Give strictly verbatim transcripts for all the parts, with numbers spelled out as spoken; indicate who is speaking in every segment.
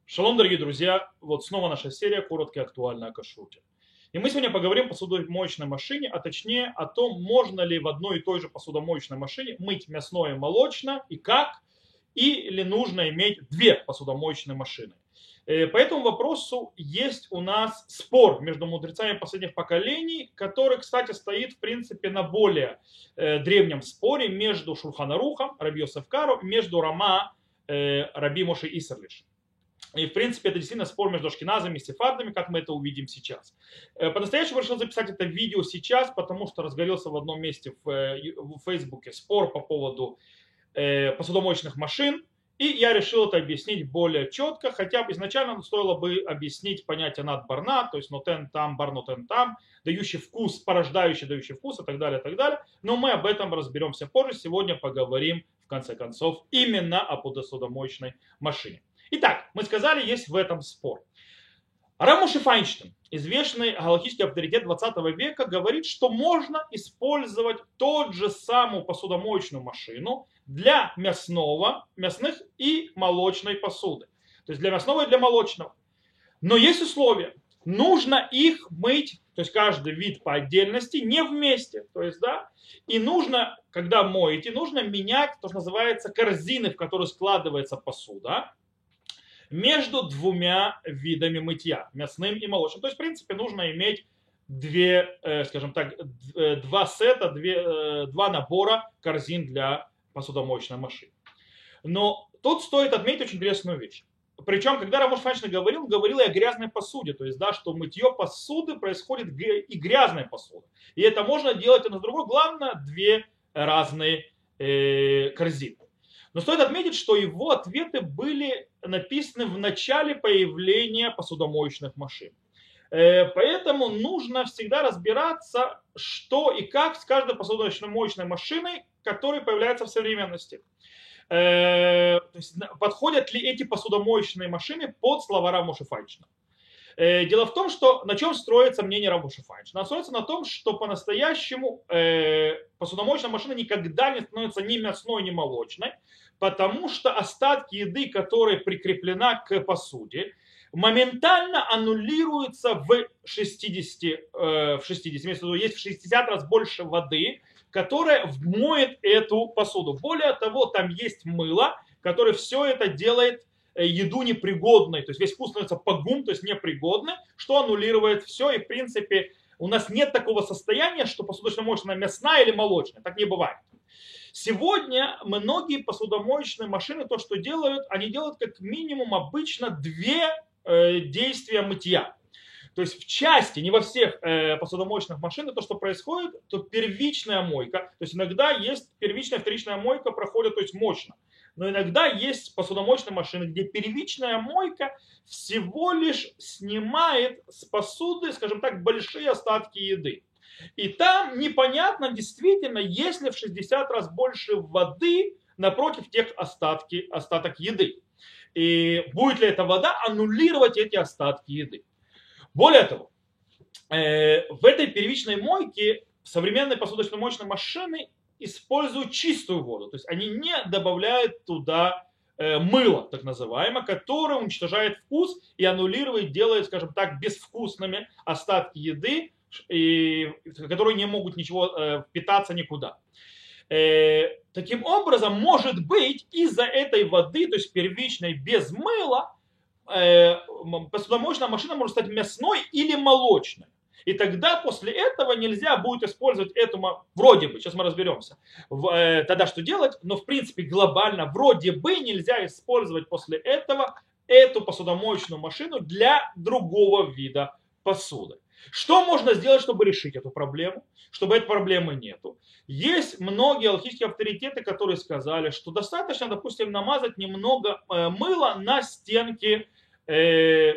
Speaker 1: Шалом, дорогие друзья! Вот снова наша серия «Коротко и актуально о кашруте». И мы сегодня поговорим о посудомоечной машине, а точнее о том, можно ли в одной и той же посудомоечной машине мыть мясное и молочное, и как, или нужно иметь две посудомоечные машины. Э, По этому вопросу есть у нас спор между мудрецами последних поколений, который, кстати, стоит, в принципе, на более э, древнем споре между Шулхан Арухом, Раби Йосеф Каро, между Рама, э, Раби Моше Исерлиш. И, в принципе, это действительно спор между ашкеназами и сефардами, как мы это увидим сейчас. Э, По-настоящему решил записать это видео сейчас, потому что разгорелся в одном месте в, э, в Фейсбуке спор по поводу э, посудомоечных машин. И я решил это объяснить более четко, хотя бы изначально стоило бы объяснить понятие над барна, то есть нотен там, бар нотен там, дающий вкус, порождающий, дающий вкус и так далее, и так далее. Но мы об этом разберемся позже. Сегодня поговорим, в конце концов, именно о посудомоечной машине. Итак, мы сказали, есть в этом спор. Рав Моше Файнштейн, известный галахический авторитет двадцатого века, говорит, что можно использовать тот же самую посудомоечную машину для мясного, мясных и молочной посуды. То есть для мясного и для молочного. Но есть условия. Нужно их мыть, то есть каждый вид по отдельности, не вместе. То есть, да, и нужно, когда моете, нужно менять то, что называется корзины, в которые складывается посуда, между двумя видами мытья, мясным и молочным. То есть, в принципе, нужно иметь две, скажем так, два сета, две, два набора корзин для посудомоечной машины. Но тут стоит отметить очень интересную вещь. Причем, когда Рав Моше Файнштейн говорил, говорил и о грязной посуде. То есть, да, что мытье посуды происходит и грязной посуды. И это можно делать и на другой. Главное, две разные э, корзины. Но стоит отметить, что его ответы были написаны в начале появления посудомоечных машин. Поэтому нужно всегда разбираться, что и как с каждой посудомоечной машиной, которая появляется в современности. То есть, подходят ли эти посудомоечные машины под слова Рава Моше Файнштейна. Дело в том, что на чем строится мнение Рава Моше Файнштейна. Оно строится на том, что по-настоящему э, посудомоечная машина никогда не становится ни мясной, ни молочной, потому что остатки еды, которая прикреплена к посуде, моментально аннулируются в шестидесяти, э, в шестидесяти, имеется в виду, есть в шестьдесят раз больше воды, которая вмоет эту посуду. Более того, там есть мыло, которое все это делает еду непригодной, то есть весь вкус становится погум, то есть непригодный, что аннулирует все, и в принципе у нас нет такого состояния, что посудомоечная машина мясная или молочная, так не бывает. Сегодня многие посудомоечные машины то, что делают, они делают как минимум обычно две э, действия мытья. То есть в части, не во всех э, посудомоечных машинах, то, что происходит, то первичная мойка, то есть иногда есть первичная, вторичная мойка проходит, то есть мощно. Но иногда есть посудомоечные машины, где первичная мойка всего лишь снимает с посуды, скажем так, большие остатки еды. И там непонятно действительно, есть ли в шестьдесят раз больше воды напротив тех остатки, остаток еды. И будет ли эта вода аннулировать эти остатки еды. Более того, в этой первичной мойке современные посудомоечные машины используют чистую воду, то есть они не добавляют туда мыло, так называемое, которое уничтожает вкус и аннулирует, делает, скажем так, безвкусными остатки еды, и, которые не могут ничего впитаться никуда. Таким образом, может быть, из-за этой воды, то есть первичной без мыла, посудомоечная машина может стать мясной или молочной. И тогда после этого нельзя будет использовать эту, вроде бы, сейчас мы разберемся, тогда что делать, но в принципе глобально вроде бы нельзя использовать после этого эту посудомоечную машину для другого вида посуды. Что можно сделать, чтобы решить эту проблему, чтобы этой проблемы нету? Есть многие алхимические авторитеты, которые сказали, что достаточно, допустим, намазать немного мыла на стенки э,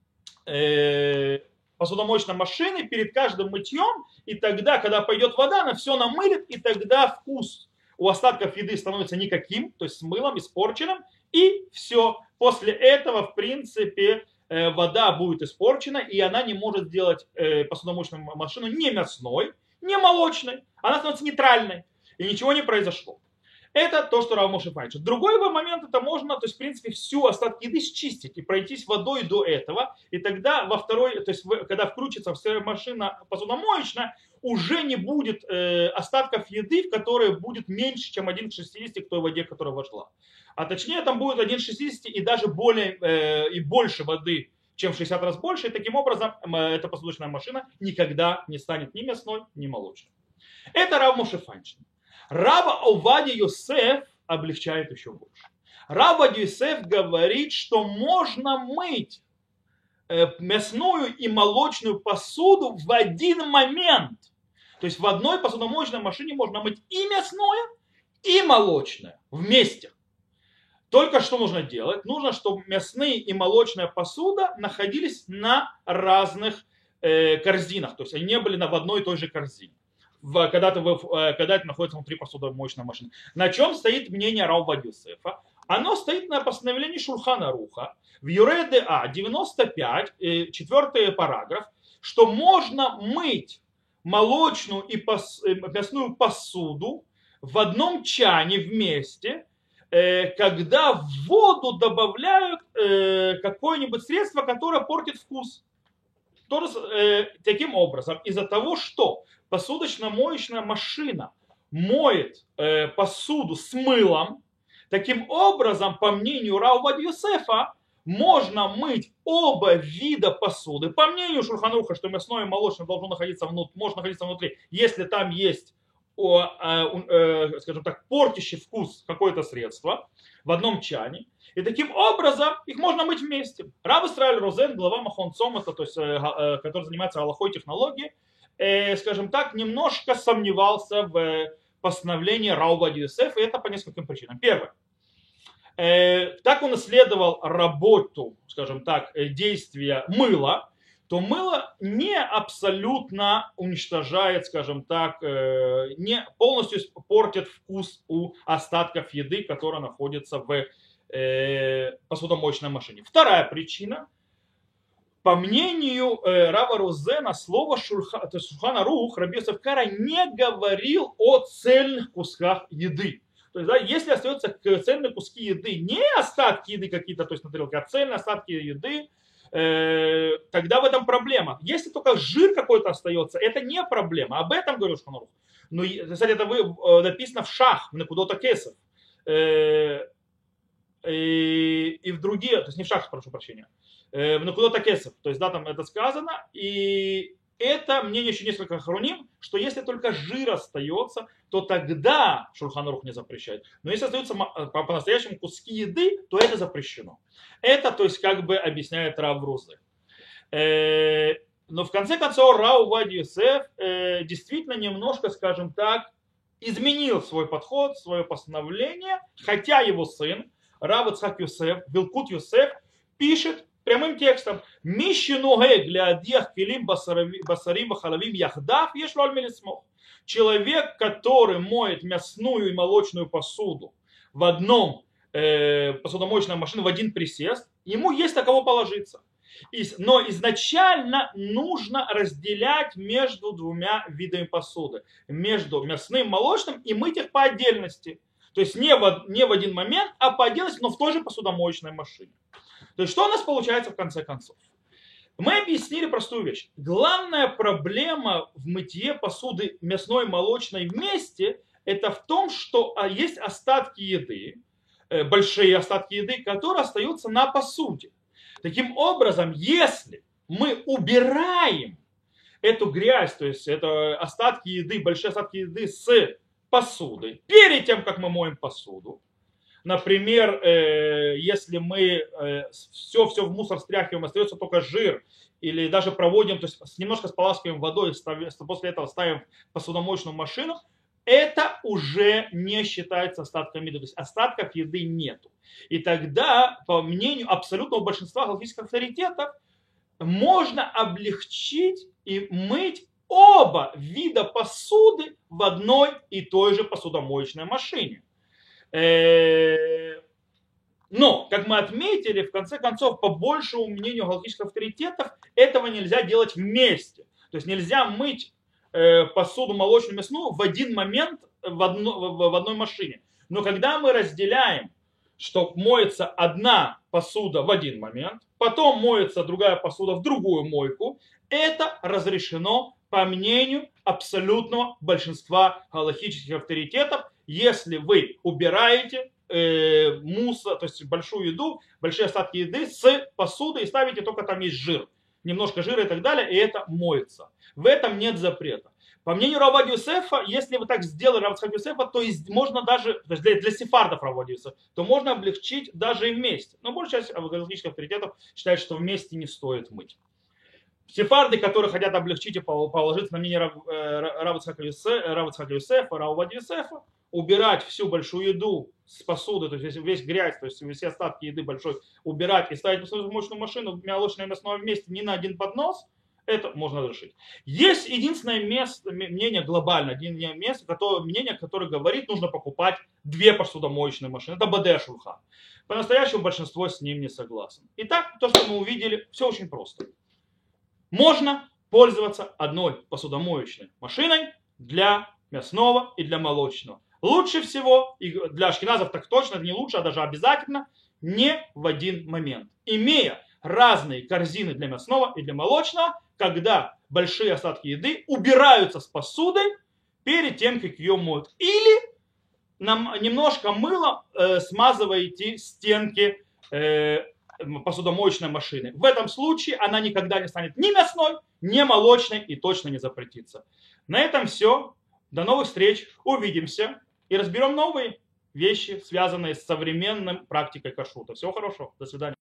Speaker 1: э, посудомоечной машины перед каждым мытьем, и тогда, когда пойдет вода, она все намылит, и тогда вкус у остатков еды становится никаким, то есть с мылом, испорченным, и все. После этого, в принципе, вода будет испорчена, и она не может сделать посудомоечную машину не мясной, не молочной, она становится нейтральной, и ничего не произошло. Это то, что Рав Моше Файнштейн. Другой момент, это можно, то есть, в принципе, всю остатки еды счистить и пройтись водой до этого. И тогда во второй, то есть, когда включится вся машина посудомоечная, уже не будет э, остатков еды, в которой будет меньше, чем один к шестидесяти к той воде, которая вошла. А точнее, там будет один к шестидесяти и даже более, э, и больше воды, чем в шестьдесят раз больше. И таким образом, э, эта посудочная машина никогда не станет ни мясной, ни молочной. Это Рав Моше Файнштейн. Рав Овадия Йосеф облегчает еще больше. Рав Овадия Йосеф говорит, что можно мыть мясную и молочную посуду в один момент. То есть в одной посудомоечной машине можно мыть и мясное, и молочное вместе. Только что нужно делать? Нужно, чтобы мясные и молочная посуда находились на разных э, корзинах. То есть они не были в одной и той же корзине. В, когда, ты, когда это находится внутри посудомоечной машины. На чем стоит мнение Рава Овадии Йосефа? Оно стоит на постановлении Шулхан Аруха в Юре де А девяносто пять, четвертый параграф, что можно мыть молочную и пос, мясную посуду в одном чане вместе, когда в воду добавляют какое-нибудь средство, которое портит вкус. Тоже, таким образом, из-за того, что посудочно-моечная машина моет э, посуду с мылом, таким образом, по мнению Рава Овадии Йосефа, можно мыть оба вида посуды. По мнению Шулхан Аруха, что мясное и молочное должно находиться внутри, может находиться внутри, если там есть, о, э, э, скажем так, портящий вкус какое-то средство в одном чане. И таким образом их можно мыть вместе. Рав Исраэль Розен, глава Махон Цомата, то есть, э, э, который занимается галахой технологией, скажем так, немножко сомневался в постановлении Рава Овадии Йосефа, и это по нескольким причинам. Первое. Так он исследовал работу, скажем так, действия мыла, то мыло не абсолютно уничтожает, скажем так, не полностью портит вкус у остатков еды, которая находится в посудомоечной машине. Вторая причина. По мнению э, Рава Розена, слово Шульха, Шулхан Арух, Раби Йосеф Кара не говорил о цельных кусках еды. То есть, да, если остаются цельные куски еды, не остатки еды какие-то, то есть на тарелке, а цельные остатки еды, э, тогда в этом проблема. Если только жир какой-то остается, это не проблема. Об этом говорил Шулхан Арух. Но, кстати, это вы, э, написано в Шах, в Некудот Кесов. Э, и, и в другие, то есть не в Шах, прошу прощения, в Некудот Кесов, то есть да, там это сказано, и это мнение еще несколько хроним, что если только жир остается, то тогда Шулхан Арух не запрещает. Но если остаются по-настоящему куски еды, то это запрещено. Это, то есть, как бы объясняет Рав Рузе. Но в конце концов Рав Овадия Йосеф действительно немножко, скажем так, изменил свой подход, свое постановление, хотя его сын Рав Ицхак Йосеф, Вилкут Йосеф, пишет прямым текстом: «Мищинуге для одех килим басарим бахалавим яхдав ешло альмелисмох». Человек, который моет мясную и молочную посуду в одном э, посудомоечной машине в один присест, ему есть на кого положиться. Но изначально нужно разделять между двумя видами посуды. Между мясным и молочным и мыть их по отдельности. То есть не в, не в один момент, а по отдельности, но в той же посудомоечной машине. То есть что у нас получается в конце концов? Мы объяснили простую вещь. Главная проблема в мытье посуды мясной и молочной вместе, это в том, что есть остатки еды, большие остатки еды, которые остаются на посуде. Таким образом, если мы убираем эту грязь, то есть это остатки еды, большие остатки еды с посуды, перед тем, как мы моем посуду, например, если мы все-все в мусор стряхиваем, остается только жир, или даже проводим, то есть немножко споласкиваем водой, после этого ставим в посудомоечную машину, это уже не считается остатком еды, то есть остатков еды нету. И тогда, по мнению абсолютного большинства галахических авторитетов, можно облегчить и мыть оба вида посуды в одной и той же посудомоечной машине. Но, как мы отметили, в конце концов, по большему мнению галахических авторитетов, этого нельзя делать вместе. То есть нельзя мыть посуду молочную, мясную в один момент в, одно, в одной машине. Но когда мы разделяем, что моется одна посуда в один момент, потом моется другая посуда в другую мойку, это разрешено по мнению абсолютного большинства галахических авторитетов, если вы убираете э, мусор, то есть большую еду, большие остатки еды с посуды и ставите только там есть жир, немножко жира и так далее, и это моется. В этом нет запрета. По мнению Рава Йосефа, если вы так сделали Рава Йосефа, то есть можно даже, то есть для, для сефардов Рава Йосефа, то можно облегчить даже и вместе. Но большая часть галахических авторитетов считает, что вместе не стоит мыть. Сефарды, которые хотят облегчить и положиться на мнение Рава Йосефа, Рава Йосефа, убирать всю большую еду с посуды, то есть весь грязь, то есть все остатки еды большой, убирать и ставить в мощную машину, молочное и мясное вместе, не на один поднос, это можно разрешить. Есть единственное место, мнение глобальное, единственное место, которое, мнение, которое говорит, нужно покупать две посудомоечные машины. Это Бадея Шульхан. По-настоящему большинство с ним не согласно. Итак, то, что мы увидели, все очень просто. Можно пользоваться одной посудомоечной машиной для мясного и для молочного. Лучше всего, и для ашкеназов так точно, это не лучше, а даже обязательно, не в один момент. Имея разные корзины для мясного и для молочного, когда большие остатки еды убираются с посудой перед тем, как ее моют. Или нам немножко мылом э, смазываете стенки э, посудомоечной машины. В этом случае она никогда не станет ни мясной, ни молочной и точно не запретится. На этом все. До новых встреч. Увидимся и разберем новые вещи, связанные с современной практикой кашрута. Всего хорошего. До свидания.